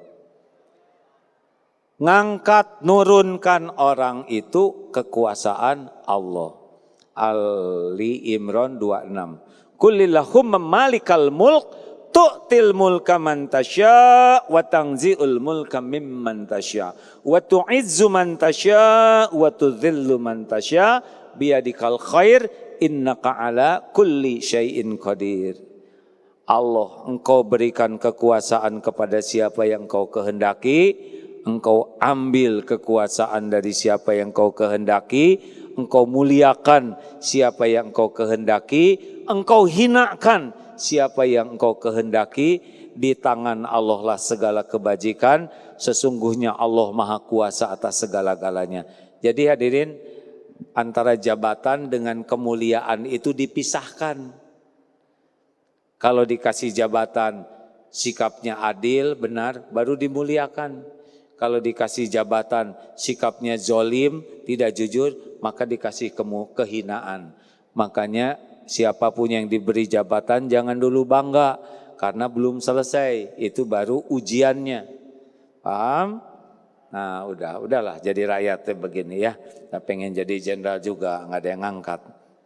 Ngangkat, nurunkan orang itu kekuasaan Allah. Ali Imran 26. Kulillahumma malikal mulk tu'til mulka man tasya wa tanzi'ul mulka mimman tasya wa tu'izzu man tasya wa tudhillu man tasya biyadikal khair innaka ala kulli syai'in qadir. Allah, engkau berikan kekuasaan kepada siapa yang kau kehendaki, engkau ambil kekuasaan dari siapa yang kau kehendaki, engkau muliakan siapa yang engkau kehendaki, engkau hinakan siapa yang engkau kehendaki. Di tangan Allah lah segala kebajikan, sesungguhnya Allah maha kuasa atas segala-galanya. Jadi hadirin, antara jabatan dengan kemuliaan itu dipisahkan. Kalau dikasih jabatan sikapnya adil, benar, baru dimuliakan. Kalau dikasih jabatan sikapnya zolim, tidak jujur, maka dikasih kehinaan. Makanya siapapun yang diberi jabatan jangan dulu bangga, karena belum selesai, itu baru ujiannya. Paham? Nah udahlah jadi rakyatnya begini ya. Kita pengen jadi jenderal juga, nggak ada yang ngangkat.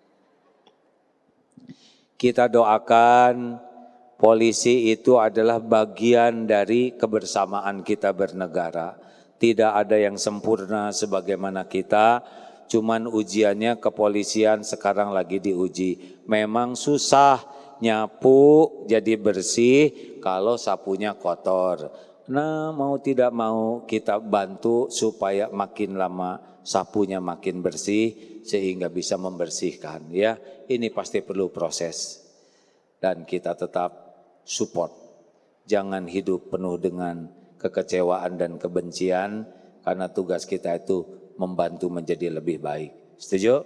Kita doakan polisi itu adalah bagian dari kebersamaan kita bernegara. Tidak ada yang sempurna sebagaimana kita, cuman ujiannya kepolisian sekarang lagi diuji. Memang susah nyapu jadi bersih kalau sapunya kotor. Nah mau tidak mau kita bantu supaya makin lama sapunya makin bersih sehingga bisa membersihkan ya. Ini pasti perlu proses dan kita tetap support. Jangan hidup penuh dengan kekecewaan dan kebencian, karena tugas kita itu membantu menjadi lebih baik. Setuju?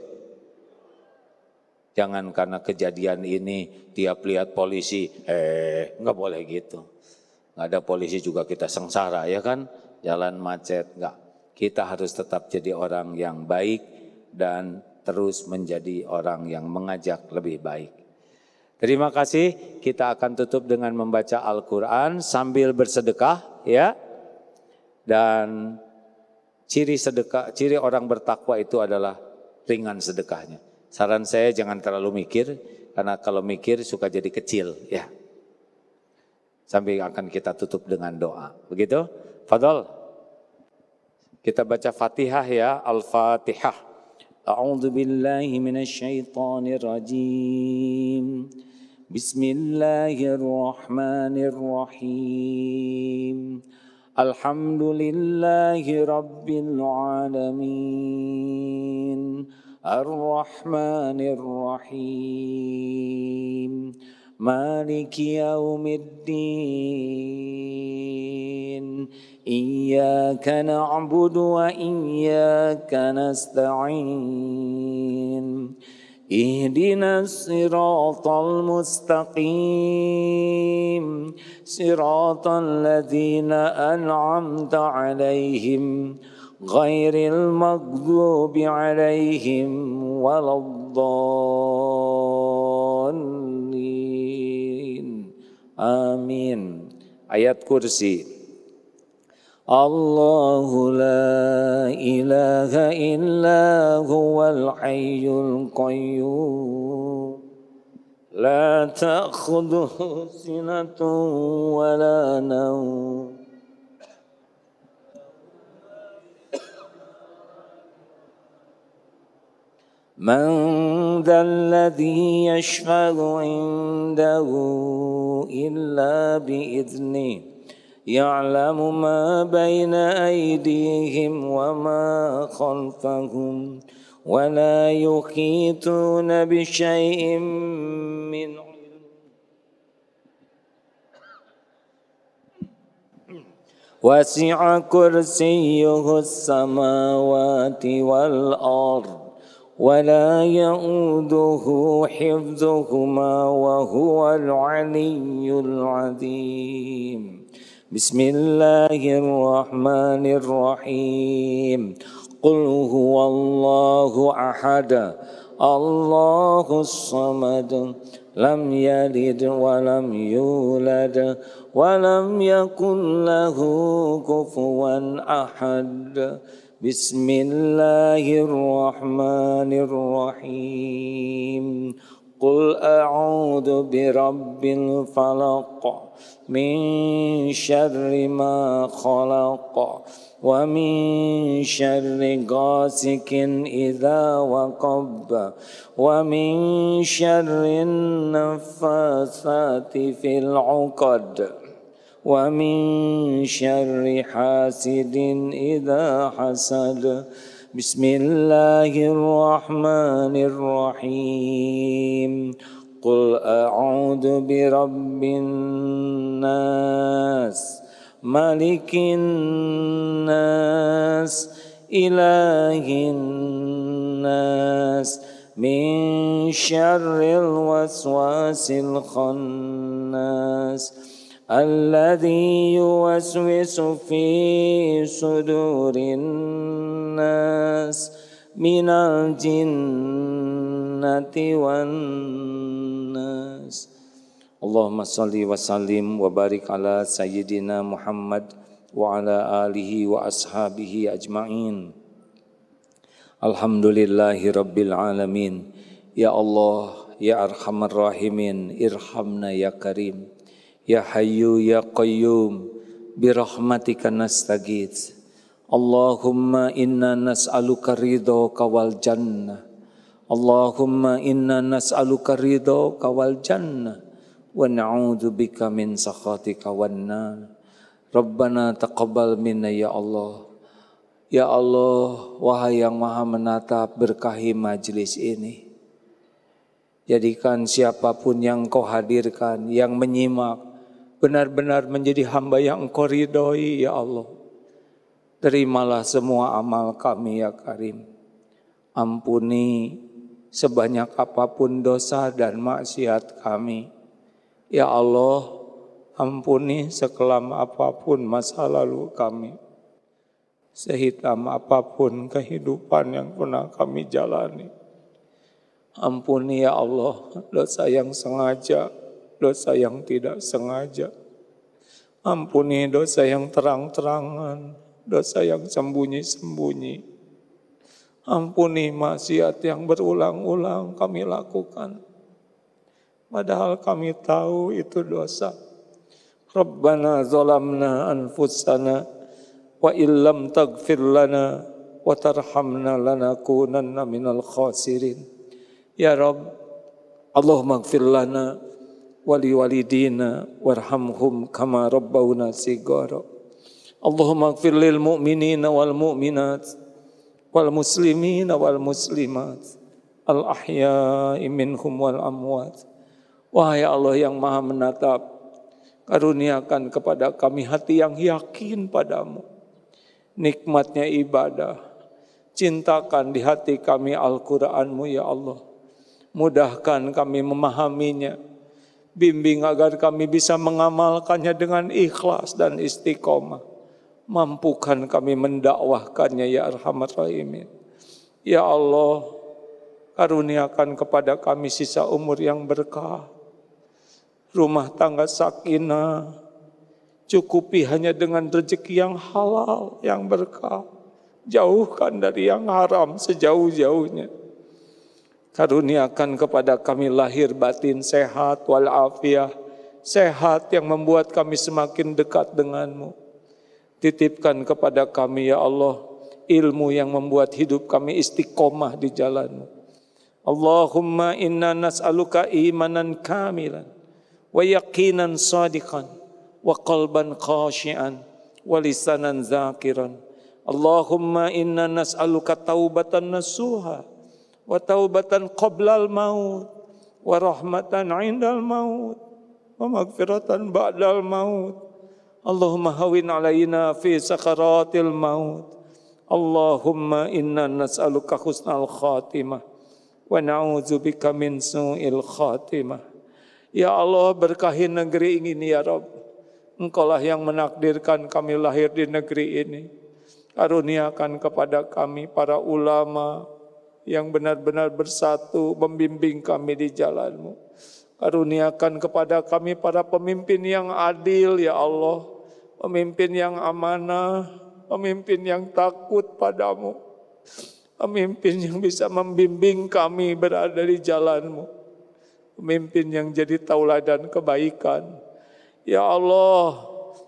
Jangan karena kejadian ini tiap lihat polisi, nggak boleh gitu. Nggak ada polisi juga kita sengsara ya kan, jalan macet, nggak. Kita harus tetap jadi orang yang baik dan terus menjadi orang yang mengajak lebih baik. Terima kasih, kita akan tutup dengan membaca Al-Quran sambil bersedekah ya. Dan ciri orang bertakwa itu adalah ringan sedekahnya. Saran saya jangan terlalu mikir, karena kalau mikir suka jadi kecil ya. Sambil akan kita tutup dengan doa. Begitu? Fadol. Kita baca Fatihah ya, Al-Fatihah. A'udzu billahi minasy syaithanir rajim. Bismillahirrahmanirrahim. Alhamdulillahi rabbil alamin. Ar-Rahmanir Rahim. مالك يوم الدين إياك نعبد وإياك نستعين اهدنا الصراط المستقيم صراط الذين أنعمت عليهم غير المغضوب عليهم ولا الضالين آمين. Ayat kursi. Allahu la ilaha illa huwal hayyul qayyum la ta'khudhuhu sinatun wa la nawm man dhalladhi yashfa'u 'indahu illa bi'idhnihi ya'lamu ma baina aydihim wa ma khalfahum wa la yuhituna bi syai'in min wasi'a kursiyyuhu as-samawati wal ard wa la ya'uduhu hifdhuhuma wa huwal 'aliyyul 'azim. Bismillahirrahmanirrahim. Qul huwallahu ahad, Allahus samad, lam yalid wa lam yulad wa lam yakul lahu kufuwan ahad. Bismillahirrahmanirrahim. Qul a'udzu birabbil falaq min syarri ma khalaq wa min syarri ghasikin idza waqab wa min syarri naffasati fil 'uqad wa min syarri hasidin idza hasad. Bismillahirrahmanirrahim. Qul a'udzu birabbin nas, malikin nas, ilahin nas, min syarril waswasil khannas, alladzi yuwaswisu fi sudurin nas minal jinnati wan nas. Allahumma salli wa sallim wa barik ala sayyidina Muhammad wa ala alihi wa ashabihi ajma'in. Alhamdulillahi rabbil alamin. Ya Allah, ya arhamar rahimin, irhamna ya karim. Ya hayyu ya qayyum, birahmatika nastaghits. Allahumma inna nas'aluka ridhaka wal jannah. Allahumma inna nas'aluka ridhaka wal jannah wa na'udzu bika min sakhatika wan nar. Rabbana taqabbal minna ya Allah. Ya Allah, wahai yang maha menatap, berkahi majlis ini. Jadikan siapapun yang Kau hadirkan, yang menyimak, benar-benar menjadi hamba yang Engkau ridhoi ya Allah. Terimalah semua amal kami ya Karim. Ampuni sebanyak apapun dosa dan maksiat kami. Ya Allah, ampuni sekelam apapun masa lalu kami. Sehitam apapun kehidupan yang pernah kami jalani. Ampuni ya Allah dosa yang sengaja, dosa yang tidak sengaja. Ampuni dosa yang terang-terangan, dosa yang sembunyi-sembunyi. Ampuni maksiat yang berulang-ulang kami lakukan. Padahal kami tahu itu dosa. Rabbana zalamna anfusana wa illam taghfir lana wa tarhamna lanakunanna minal khasirin. Ya Rabb, Allahumma ighfir lana wa liwalidina warhamhum kama rabbawna shighara. Allahumma ighfir lil mu'minina wal mu'minat wal muslimina wal muslimat al ahya'i minhum wal amwat. Wahai Allah yang Maha Menatap, karuniakan kepada kami hati yang yakin padamu. Nikmatnya ibadah, cintakan di hati kami Al-Quran-Mu ya Allah. Mudahkan kami memahaminya, bimbing agar kami bisa mengamalkannya dengan ikhlas dan istiqomah. Mampukan kami mendakwahkannya ya Arhamar Rahimin. Ya Allah, karuniakan kepada kami sisa umur yang berkah, rumah tangga sakinah, cukupi hanya dengan rezeki yang halal, yang berkah. Jauhkan dari yang haram sejauh-jauhnya. Karuniakan kepada kami lahir batin sehat walafiat, sehat yang membuat kami semakin dekat denganmu. Titipkan kepada kami ya Allah ilmu yang membuat hidup kami istiqomah di jalanmu. Allahumma inna nas'aluka imanan kamilan wa yaqinan sadiqan wa qalban khashian wa lisanan zakiran. Allahumma inna nas'aluka taubatan nasuha wa taubatan qablal maut wa rahmatan indal maut wa maghfiratan ba'dal maut. Allahumma hawin alaina fi sakaratil maut. Allahumma inna nas'aluka husnal khatimah wa na'udzubika min su'il khatimah. Ya Allah, berkahi negeri ini ya Rabb. Engkaulah yang menakdirkan kami lahir di negeri ini. Karuniakan kepada kami para ulama yang benar-benar bersatu membimbing kami di jalan-Mu. Karuniakan kepada kami para pemimpin yang adil ya Allah. Pemimpin yang amanah, pemimpin yang takut padamu. Pemimpin yang bisa membimbing kami berada di jalan-Mu. Pemimpin yang jadi tauladan kebaikan. Ya Allah,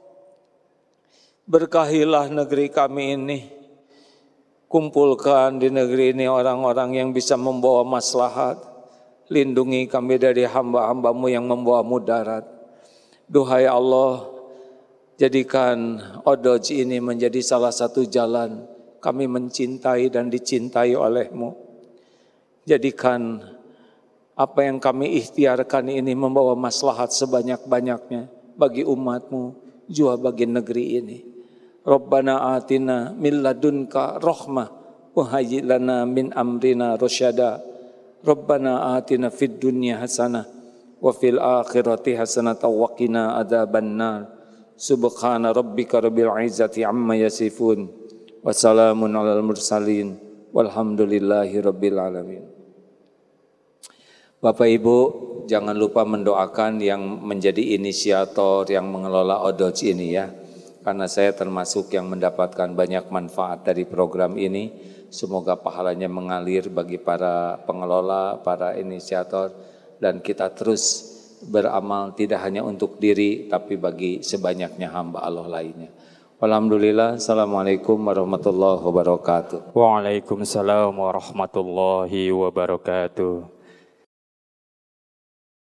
berkahilah negeri kami ini. Kumpulkan di negeri ini orang-orang yang bisa membawa maslahat. Lindungi kami dari hamba-hamba-Mu yang membawa mudarat. Duhai Allah, jadikan Odoj ini menjadi salah satu jalan kami mencintai dan dicintai oleh-Mu. Jadikan apa yang kami ikhtiarkan ini membawa maslahat sebanyak-banyaknya bagi umat-Mu, juga bagi negeri ini. Rabbana atina min ladunka rahmah wa hayyi lana min amrina rasyada. Rabbana atina fid dunya hasanah wa fil akhirati hasanah wa qina adzabannar. Subhana rabbika rabbil izzati amma yasifun wa salamun alal mursalin walhamdulillahi rabbil alamin. Bapak Ibu, jangan lupa mendoakan yang menjadi inisiator yang mengelola Odoj ini ya. Karena saya termasuk yang mendapatkan banyak manfaat dari program ini. Semoga pahalanya mengalir bagi para pengelola, para inisiator, dan kita terus beramal tidak hanya untuk diri tapi bagi sebanyaknya hamba Allah lainnya. Alhamdulillah. Assalamualaikum warahmatullahi wabarakatuh. Waalaikumsalam warahmatullahi wabarakatuh.